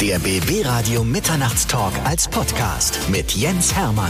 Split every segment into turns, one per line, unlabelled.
Der BB Radio Mitternachtstalk als Podcast mit Jens Hermann.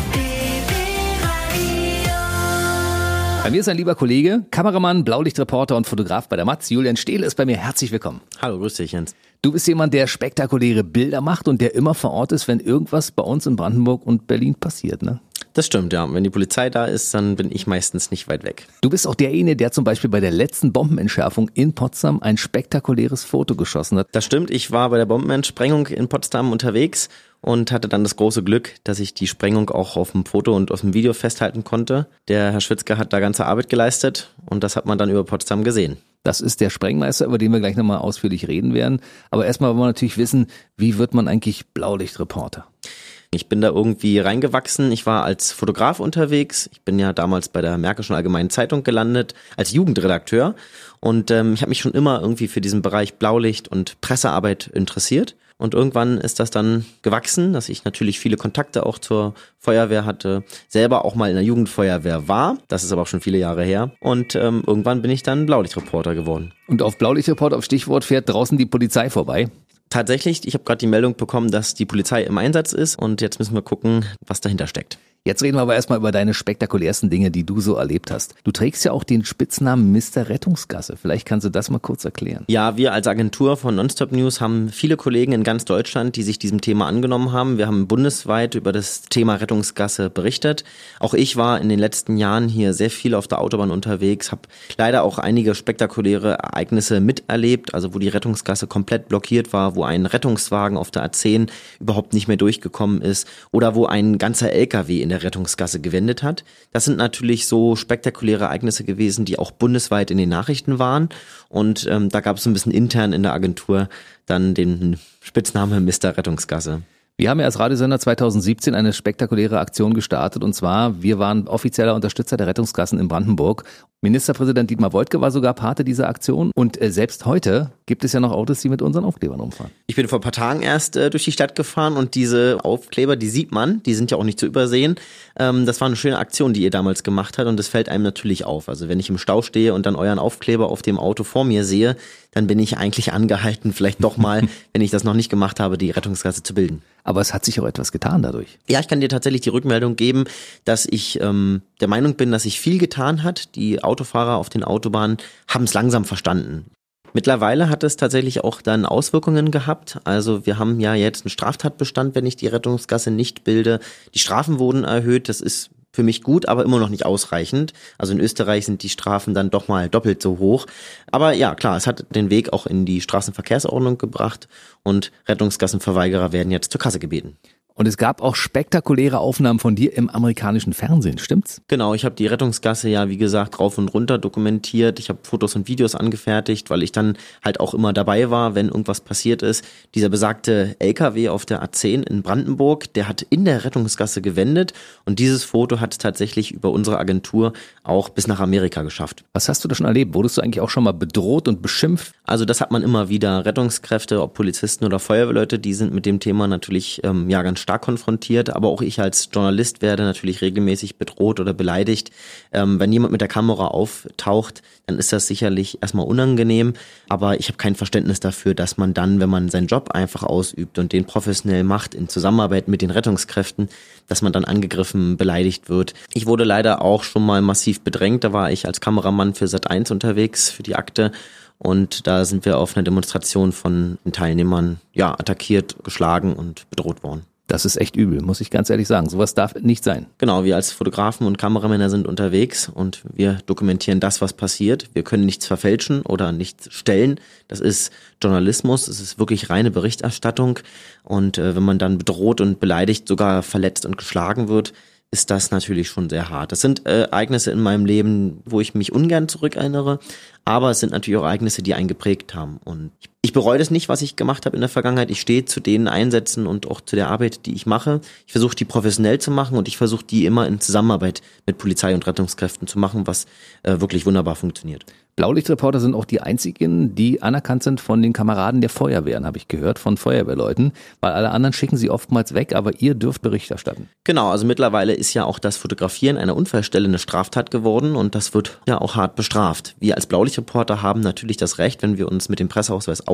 Bei mir ist ein lieber Kollege, Kameramann, Blaulichtreporter und Fotograf bei der Matz. Julian Stehle ist bei mir. Herzlich willkommen.
Hallo, grüß dich, Jens.
Du bist jemand, der spektakuläre Bilder macht und der immer vor Ort ist, wenn irgendwas bei uns in Brandenburg und Berlin passiert, ne?
Das stimmt, ja. Wenn die Polizei da ist, dann bin ich meistens nicht weit weg.
Du bist auch derjenige, der zum Beispiel bei der letzten Bombenentschärfung in Potsdam ein spektakuläres Foto geschossen hat.
Das stimmt, ich war bei der Bombenentsprengung in Potsdam unterwegs und hatte dann das große Glück, dass ich die Sprengung auch auf dem Foto und auf dem Video festhalten konnte. Der Herr Schwitzke hat da ganze Arbeit geleistet und das hat man dann über Potsdam gesehen.
Das ist der Sprengmeister, über den wir gleich nochmal ausführlich reden werden. Aber erstmal wollen wir natürlich wissen, wie wird man eigentlich Blaulichtreporter?
Ich bin da irgendwie reingewachsen. Ich war als Fotograf unterwegs. Ich bin ja damals bei der Märkischen Allgemeinen Zeitung gelandet, als Jugendredakteur. Und ich habe mich schon immer irgendwie für diesen Bereich Blaulicht und Pressearbeit interessiert. Und irgendwann ist das dann gewachsen, dass ich natürlich viele Kontakte auch zur Feuerwehr hatte, selber auch mal in der Jugendfeuerwehr war. Das ist aber auch schon viele Jahre her. Und irgendwann bin ich dann Blaulichtreporter geworden.
Und auf Blaulichtreporter, auf Stichwort, fährt draußen die Polizei vorbei.
Tatsächlich, ich habe gerade die Meldung bekommen, dass die Polizei im Einsatz ist und jetzt müssen wir gucken, was dahinter steckt.
Jetzt reden wir aber erstmal über deine spektakulärsten Dinge, die du so erlebt hast. Du trägst ja auch den Spitznamen Mr. Rettungsgasse. Vielleicht kannst du das mal kurz erklären.
Ja, wir als Agentur von Nonstop News haben viele Kollegen in ganz Deutschland, die sich diesem Thema angenommen haben. Wir haben bundesweit über das Thema Rettungsgasse berichtet. Auch ich war in den letzten Jahren hier sehr viel auf der Autobahn unterwegs, habe leider auch einige spektakuläre Ereignisse miterlebt, also wo die Rettungsgasse komplett blockiert war, wo ein Rettungswagen auf der A10 überhaupt nicht mehr durchgekommen ist oder wo ein ganzer LKW in der Rettungsgasse gewendet hat. Das sind natürlich so spektakuläre Ereignisse gewesen, die auch bundesweit in den Nachrichten waren. Und da gab es so ein bisschen intern in der Agentur dann den Spitznamen Mr. Rettungsgasse.
Wir haben ja als Radiosender 2017 eine spektakuläre Aktion gestartet und zwar, wir waren offizieller Unterstützer der Rettungsgassen in Brandenburg. Ministerpräsident Dietmar Woidke war sogar Pate dieser Aktion und selbst heute gibt es ja noch Autos, die mit unseren Aufklebern rumfahren.
Ich bin vor ein paar Tagen erst durch die Stadt gefahren und diese Aufkleber, die sieht man, die sind ja auch nicht zu übersehen. Das war eine schöne Aktion, die ihr damals gemacht habt und das fällt einem natürlich auf. Also wenn ich im Stau stehe und dann euren Aufkleber auf dem Auto vor mir sehe, dann bin ich eigentlich angehalten, vielleicht doch mal, wenn ich das noch nicht gemacht habe, die Rettungsgasse zu bilden.
Aber es hat sich auch etwas getan dadurch.
Ja, ich kann dir tatsächlich die Rückmeldung geben, dass ich der Meinung bin, dass sich viel getan hat. Die Autofahrer auf den Autobahnen haben es langsam verstanden. Mittlerweile hat es tatsächlich auch dann Auswirkungen gehabt. Also wir haben ja jetzt einen Straftatbestand, wenn ich die Rettungsgasse nicht bilde. Die Strafen wurden erhöht. Das ist für mich gut, aber immer noch nicht ausreichend. Also in Österreich sind die Strafen dann doch mal doppelt so hoch. Aber ja, klar, es hat den Weg auch in die Straßenverkehrsordnung gebracht und Rettungsgassenverweigerer werden jetzt zur Kasse gebeten.
Und es gab auch spektakuläre Aufnahmen von dir im amerikanischen Fernsehen, stimmt's?
Genau, ich habe die Rettungsgasse ja, wie gesagt, rauf und runter dokumentiert. Ich habe Fotos und Videos angefertigt, weil ich dann halt auch immer dabei war, wenn irgendwas passiert ist. Dieser besagte LKW auf der A10 in Brandenburg, der hat in der Rettungsgasse gewendet und dieses Foto hat tatsächlich über unsere Agentur auch bis nach Amerika geschafft.
Was hast du da schon erlebt? Wurdest du eigentlich auch schon mal bedroht und beschimpft?
Also das hat man immer wieder. Rettungskräfte, ob Polizisten oder Feuerwehrleute, die sind mit dem Thema natürlich ganz stark konfrontiert, aber auch ich als Journalist werde natürlich regelmäßig bedroht oder beleidigt. Wenn jemand mit der Kamera auftaucht, dann ist das sicherlich erstmal unangenehm, aber ich habe kein Verständnis dafür, dass man dann, wenn man seinen Job einfach ausübt und den professionell macht, in Zusammenarbeit mit den Rettungskräften, dass man dann angegriffen, beleidigt wird. Ich wurde leider auch schon mal massiv bedrängt, da war ich als Kameramann für Sat.1 unterwegs, für die Akte. Und da sind wir auf einer Demonstration von den Teilnehmern attackiert, geschlagen und bedroht worden.
Das ist echt übel, muss ich ganz ehrlich sagen. Sowas darf nicht sein.
Genau, wir als Fotografen und Kameramänner sind unterwegs und wir dokumentieren das, was passiert. Wir können nichts verfälschen oder nichts stellen. Das ist Journalismus, es ist wirklich reine Berichterstattung. Und wenn man dann bedroht und beleidigt, sogar verletzt und geschlagen wird, ist das natürlich schon sehr hart. Das sind Ereignisse in meinem Leben, wo ich mich ungern zurückerinnere, aber es sind natürlich auch Ereignisse, die einen geprägt haben. Und ich bereue das nicht, was ich gemacht habe in der Vergangenheit. Ich stehe zu den Einsätzen und auch zu der Arbeit, die ich mache. Ich versuche, die professionell zu machen und ich versuche, die immer in Zusammenarbeit mit Polizei und Rettungskräften zu machen, was wirklich wunderbar funktioniert.
Blaulichtreporter sind auch die einzigen, die anerkannt sind von den Kameraden der Feuerwehren, habe ich gehört, von Feuerwehrleuten, weil alle anderen schicken sie oftmals weg, aber ihr dürft Bericht erstatten.
Genau, also mittlerweile ist ja auch das Fotografieren einer Unfallstelle eine Straftat geworden und das wird ja auch hart bestraft. Wir als Blaulichtreporter haben natürlich das Recht, wenn wir uns mit dem Presseausweis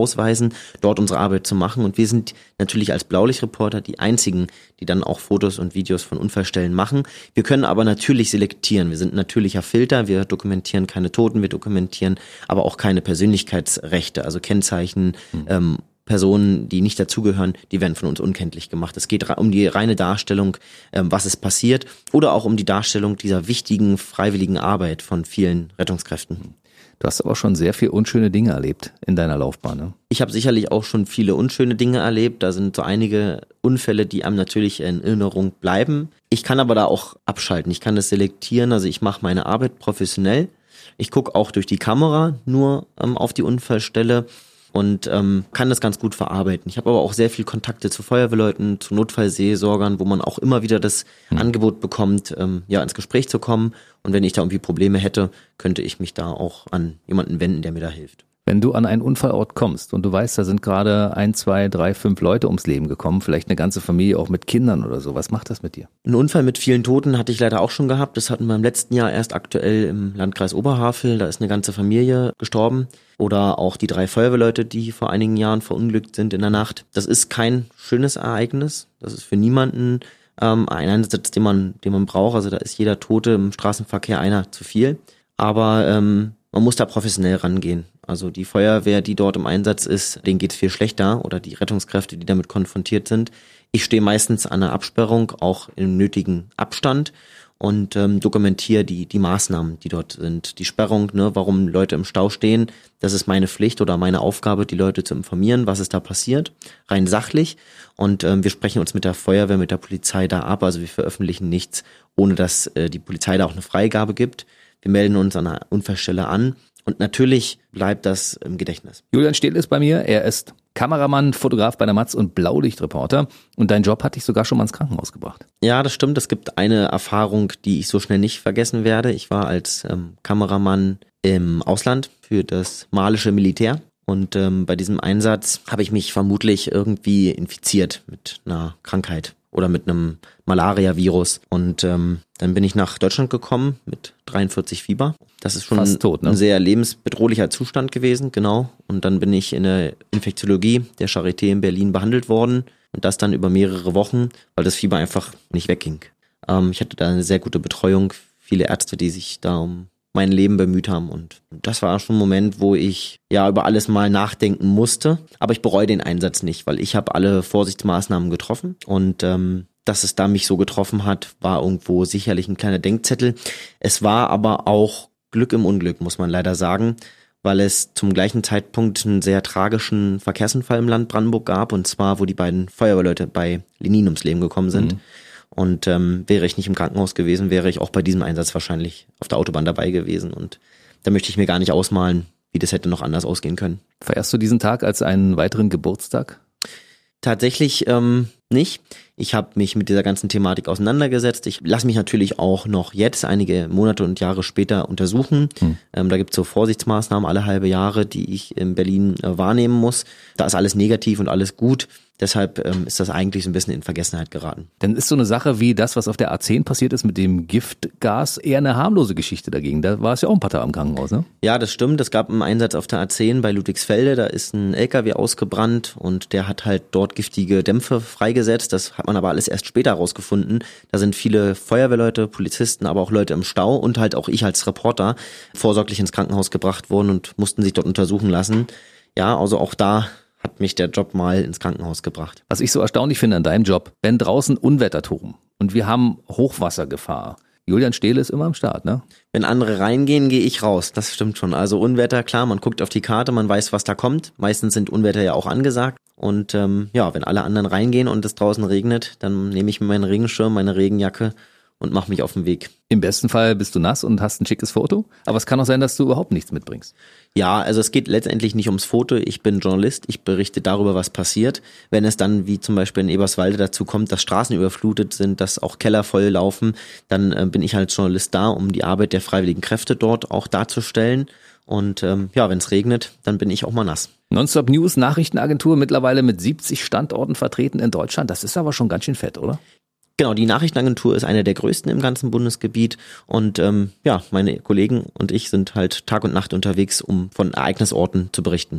ausweisen, dort unsere Arbeit zu machen. Und wir sind natürlich als Blaulichtreporter die einzigen, die dann auch Fotos und Videos von Unfallstellen machen. Wir können aber natürlich selektieren. Wir sind ein natürlicher Filter. Wir dokumentieren keine Toten, wir dokumentieren aber auch keine Persönlichkeitsrechte, also Kennzeichen, Personen, die nicht dazugehören, die werden von uns unkenntlich gemacht. Es geht um die reine Darstellung, was ist passiert, oder auch um die Darstellung dieser wichtigen freiwilligen Arbeit von vielen Rettungskräften.
Du hast aber schon sehr viele unschöne Dinge erlebt in deiner Laufbahn, ne?
Ich habe sicherlich auch schon viele unschöne Dinge erlebt. Da sind so einige Unfälle, die einem natürlich in Erinnerung bleiben. Ich kann aber da auch abschalten. Ich kann das selektieren. Also ich mache meine Arbeit professionell. Ich gucke auch durch die Kamera nur auf die Unfallstelle und kann das ganz gut verarbeiten. Ich habe aber auch sehr viel Kontakte zu Feuerwehrleuten, zu Notfallseelsorgern, wo man auch immer wieder das Angebot bekommt, ins Gespräch zu kommen. Und wenn ich da irgendwie Probleme hätte, könnte ich mich da auch an jemanden wenden, der mir da hilft.
Wenn du an einen Unfallort kommst und du weißt, da sind gerade 1, 2, 3, 5 Leute ums Leben gekommen, vielleicht eine ganze Familie auch mit Kindern oder so, was macht das mit dir?
Ein Unfall mit vielen Toten hatte ich leider auch schon gehabt. Das hatten wir im letzten Jahr erst aktuell im Landkreis Oberhavel. Da ist eine ganze Familie gestorben. Oder auch die 3 Feuerwehrleute, die vor einigen Jahren verunglückt sind in der Nacht. Das ist kein schönes Ereignis. Das ist für niemanden ein Einsatz, den man braucht. Also da ist jeder Tote im Straßenverkehr einer zu viel. Aber man muss da professionell rangehen. Also die Feuerwehr, die dort im Einsatz ist, denen geht's viel schlechter, oder die Rettungskräfte, die damit konfrontiert sind. Ich stehe meistens an der Absperrung, auch im nötigen Abstand, und dokumentiere die Maßnahmen, die dort sind. Die Sperrung, warum Leute im Stau stehen, das ist meine Pflicht oder meine Aufgabe, die Leute zu informieren, was ist da passiert, rein sachlich. Und wir sprechen uns mit der Feuerwehr, mit der Polizei da ab. Also wir veröffentlichen nichts, ohne dass die Polizei da auch eine Freigabe gibt. Wir melden uns an einer Unfallstelle an. Und natürlich bleibt das im Gedächtnis.
Julian Stehl ist bei mir. Er ist Kameramann, Fotograf bei der Matz und Blaulichtreporter. Und dein Job hat dich sogar schon mal ins Krankenhaus gebracht.
Ja, das stimmt. Es gibt eine Erfahrung, die ich so schnell nicht vergessen werde. Ich war als Kameramann im Ausland für das malische Militär. Und bei diesem Einsatz habe ich mich vermutlich irgendwie infiziert mit einer Krankheit oder mit einem Malaria-Virus. Und dann bin ich nach Deutschland gekommen mit 43 Fieber. Das ist schon
fast tot, ne?
Ein sehr lebensbedrohlicher Zustand gewesen, genau. Und dann bin ich in der Infektiologie der Charité in Berlin behandelt worden. Und das dann über mehrere Wochen, weil das Fieber einfach nicht wegging. Ich hatte da eine sehr gute Betreuung, viele Ärzte, die sich da um mein Leben bemüht haben. Und das war schon ein Moment, wo ich über alles mal nachdenken musste. Aber ich bereue den Einsatz nicht, weil ich habe alle Vorsichtsmaßnahmen getroffen. Und dass es da mich so getroffen hat, war irgendwo sicherlich ein kleiner Denkzettel. Es war aber auch Glück im Unglück, muss man leider sagen, weil es zum gleichen Zeitpunkt einen sehr tragischen Verkehrsunfall im Land Brandenburg gab. Und zwar, wo die beiden Feuerwehrleute bei Lenin ums Leben gekommen sind. Und wäre ich nicht im Krankenhaus gewesen, wäre ich auch bei diesem Einsatz wahrscheinlich auf der Autobahn dabei gewesen. Und da möchte ich mir gar nicht ausmalen, wie das hätte noch anders ausgehen können.
Verehrst du diesen Tag als einen weiteren Geburtstag?
Tatsächlich nicht. Ich habe mich mit dieser ganzen Thematik auseinandergesetzt. Ich lasse mich natürlich auch noch jetzt, einige Monate und Jahre später, untersuchen. Da gibt es so Vorsichtsmaßnahmen alle halbe Jahre, die ich in Berlin wahrnehmen muss. Da ist alles negativ und alles gut. Deshalb ist das eigentlich so ein bisschen in Vergessenheit geraten.
Dann ist so eine Sache wie das, was auf der A10 passiert ist mit dem Giftgas, eher eine harmlose Geschichte dagegen. Da war es ja auch ein paar Tage im Krankenhaus, ne?
Ja, das stimmt. Es gab einen Einsatz auf der A10 bei Ludwigsfelde. Da ist ein LKW ausgebrannt und der hat halt dort giftige Dämpfe freigesetzt. Das hat man aber alles erst später rausgefunden. Da sind viele Feuerwehrleute, Polizisten, aber auch Leute im Stau und halt auch ich als Reporter vorsorglich ins Krankenhaus gebracht worden und mussten sich dort untersuchen lassen. Ja, also auch da hat mich der Job mal ins Krankenhaus gebracht.
Was ich so erstaunlich finde an deinem Job, wenn draußen Unwetter toben und wir haben Hochwassergefahr, Julian Stehl ist immer am Start, ne?
Wenn andere reingehen, gehe ich raus. Das stimmt schon. Also Unwetter, klar, man guckt auf die Karte, man weiß, was da kommt. Meistens sind Unwetter ja auch angesagt. Und wenn alle anderen reingehen und es draußen regnet, dann nehme ich mir meinen Regenschirm, meine Regenjacke und mache mich auf den Weg.
Im besten Fall bist du nass und hast ein schickes Foto, aber es kann auch sein, dass du überhaupt nichts mitbringst.
Ja, also es geht letztendlich nicht ums Foto. Ich bin Journalist, ich berichte darüber, was passiert. Wenn es dann, wie zum Beispiel in Eberswalde, dazu kommt, dass Straßen überflutet sind, dass auch Keller voll laufen, dann bin ich als Journalist da, um die Arbeit der freiwilligen Kräfte dort auch darzustellen. Und wenn es regnet, dann bin ich auch mal nass.
Nonstop News, Nachrichtenagentur, mittlerweile mit 70 Standorten vertreten in Deutschland. Das ist aber schon ganz schön fett, oder?
Genau, die Nachrichtenagentur ist eine der größten im ganzen Bundesgebiet und meine Kollegen und ich sind halt Tag und Nacht unterwegs, um von Ereignisorten zu berichten.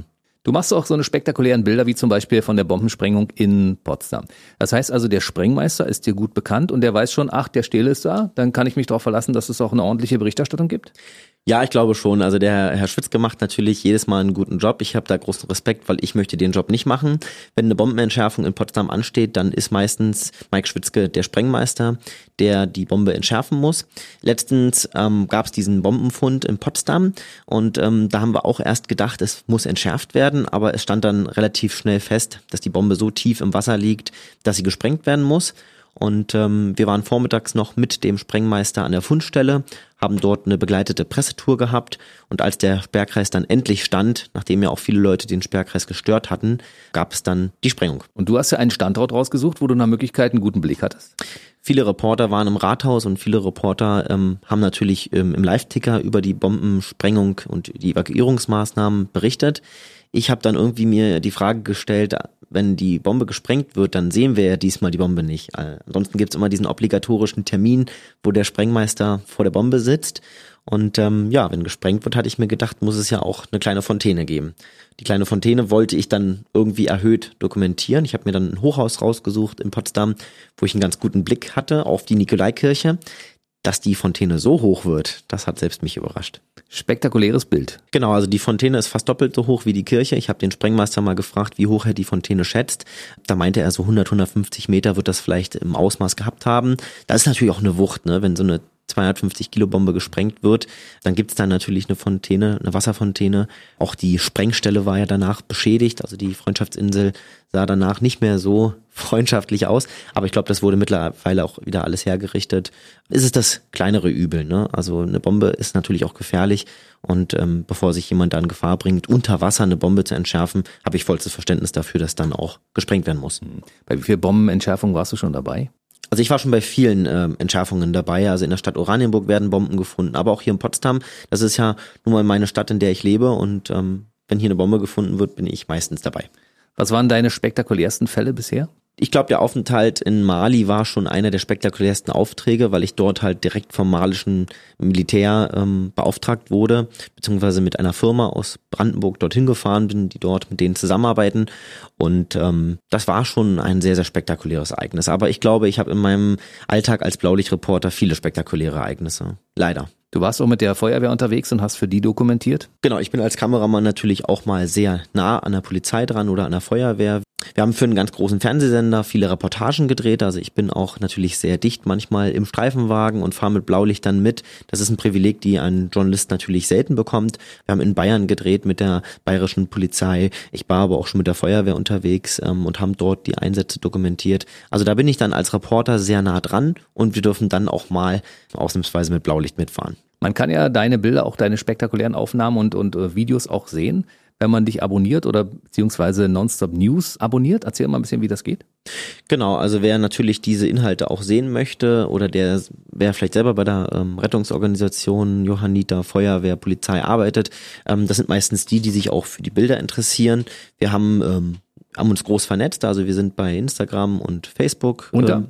Du machst auch so eine spektakulären Bilder, wie zum Beispiel von der Bombensprengung in Potsdam. Das heißt also, der Sprengmeister ist dir gut bekannt und der weiß schon, ach, der Stele ist da, dann kann ich mich darauf verlassen, dass es auch eine ordentliche Berichterstattung gibt?
Ja, ich glaube schon. Also der Herr Schwitzke macht natürlich jedes Mal einen guten Job. Ich habe da großen Respekt, weil ich möchte den Job nicht machen. Wenn eine Bombenentschärfung in Potsdam ansteht, dann ist meistens Mike Schwitzke der Sprengmeister, der die Bombe entschärfen muss. Letztens gab es diesen Bombenfund in Potsdam und da haben wir auch erst gedacht, es muss entschärft werden, aber es stand dann relativ schnell fest, dass die Bombe so tief im Wasser liegt, dass sie gesprengt werden muss. Und wir waren vormittags noch mit dem Sprengmeister an der Fundstelle, haben dort eine begleitete Pressetour gehabt und als der Sperrkreis dann endlich stand, nachdem ja auch viele Leute den Sperrkreis gestört hatten, gab es dann die Sprengung.
Und du hast ja einen Standort rausgesucht, wo du nach Möglichkeit einen guten Blick hattest.
Viele Reporter waren im Rathaus und viele Reporter haben natürlich im Live-Ticker über die Bombensprengung und die Evakuierungsmaßnahmen berichtet. Ich habe dann irgendwie mir die Frage gestellt, wenn die Bombe gesprengt wird, dann sehen wir ja diesmal die Bombe nicht. Ansonsten gibt's immer diesen obligatorischen Termin, wo der Sprengmeister vor der Bombe sitzt. Und wenn gesprengt wird, hatte ich mir gedacht, muss es ja auch eine kleine Fontäne geben. Die kleine Fontäne wollte ich dann irgendwie erhöht dokumentieren. Ich habe mir dann ein Hochhaus rausgesucht in Potsdam, wo ich einen ganz guten Blick hatte auf die Nikolaikirche. Dass die Fontäne so hoch wird, das hat selbst mich überrascht.
Spektakuläres Bild.
Genau, also die Fontäne ist fast doppelt so hoch wie die Kirche. Ich habe den Sprengmeister mal gefragt, wie hoch er die Fontäne schätzt. Da meinte er, so 150 Meter wird das vielleicht im Ausmaß gehabt haben. Das ist natürlich auch eine Wucht, ne? Wenn so eine 250 Kilo Bombe gesprengt wird, dann gibt's dann natürlich eine Fontäne, eine Wasserfontäne. Auch die Sprengstelle war ja danach beschädigt, also die Freundschaftsinsel sah danach nicht mehr so freundschaftlich aus, aber ich glaube, das wurde mittlerweile auch wieder alles hergerichtet. Ist es das kleinere Übel, ne? Also eine Bombe ist natürlich auch gefährlich und bevor sich jemand da in Gefahr bringt, unter Wasser eine Bombe zu entschärfen, habe ich vollstes Verständnis dafür, dass dann auch gesprengt werden muss.
Bei wie viel Bombenentschärfungen warst du schon dabei?
Also ich war schon bei vielen Entschärfungen dabei. Also in der Stadt Oranienburg werden Bomben gefunden, aber auch hier in Potsdam. Das ist ja nun mal meine Stadt, in der ich lebe und wenn hier eine Bombe gefunden wird, bin ich meistens dabei.
Was waren deine spektakulärsten Fälle bisher?
Ich glaube, der Aufenthalt in Mali war schon einer der spektakulärsten Aufträge, weil ich dort halt direkt vom malischen Militär beauftragt wurde, beziehungsweise mit einer Firma aus Brandenburg dorthin gefahren bin, die dort mit denen zusammenarbeiten. Und das war schon ein sehr, sehr spektakuläres Ereignis. Aber ich glaube, ich habe in meinem Alltag als Blaulichtreporter viele spektakuläre Ereignisse. Leider.
Du warst auch mit der Feuerwehr unterwegs und hast für die dokumentiert?
Genau, ich bin als Kameramann natürlich auch mal sehr nah an der Polizei dran oder an der Feuerwehr. Wir haben für einen ganz großen Fernsehsender viele Reportagen gedreht, also ich bin auch natürlich sehr dicht manchmal im Streifenwagen und fahre mit Blaulichtern mit. Das ist ein Privileg, die ein Journalist natürlich selten bekommt. Wir haben in Bayern gedreht mit der bayerischen Polizei. Ich war aber auch schon mit der Feuerwehr unterwegs und haben dort die Einsätze dokumentiert. Also da bin ich dann als Reporter sehr nah dran und wir dürfen dann auch mal ausnahmsweise mit Blaulicht mitfahren.
Man kann ja deine Bilder, auch deine spektakulären Aufnahmen und Videos auch sehen, wenn man dich abonniert oder beziehungsweise Nonstop News abonniert. Erzähl mal ein bisschen, wie das geht.
Genau, also wer natürlich diese Inhalte auch sehen möchte oder wer vielleicht selber bei der Rettungsorganisation, Johanniter, Feuerwehr, Polizei arbeitet, das sind meistens die sich auch für die Bilder interessieren. Wir haben uns groß vernetzt, also wir sind bei Instagram und Facebook.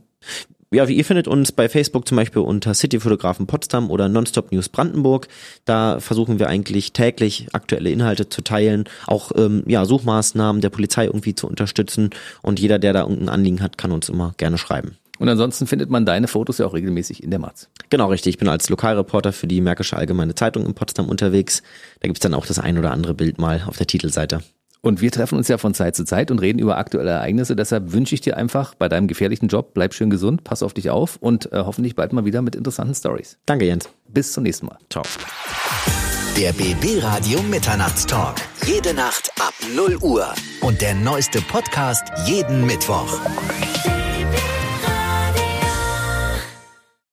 Ja, ihr findet uns bei Facebook zum Beispiel unter Cityfotografen Potsdam oder Nonstop News Brandenburg. Da versuchen wir eigentlich täglich aktuelle Inhalte zu teilen, auch Suchmaßnahmen der Polizei irgendwie zu unterstützen. Und jeder, der da irgendein Anliegen hat, kann uns immer gerne schreiben.
Und ansonsten findet man deine Fotos ja auch regelmäßig in der Matz.
Genau, richtig. Ich bin als Lokalreporter für die Märkische Allgemeine Zeitung in Potsdam unterwegs. Da gibt's dann auch das ein oder andere Bild mal auf der Titelseite.
Und wir treffen uns ja von Zeit zu Zeit und reden über aktuelle Ereignisse. Deshalb wünsche ich dir einfach bei deinem gefährlichen Job, bleib schön gesund, pass auf dich auf und hoffentlich bald mal wieder mit interessanten Stories.
Danke, Jens.
Bis zum nächsten Mal.
Ciao.
Der BB Radio Mitternachtstalk. Jede Nacht ab 0 Uhr. Und der neueste Podcast jeden Mittwoch.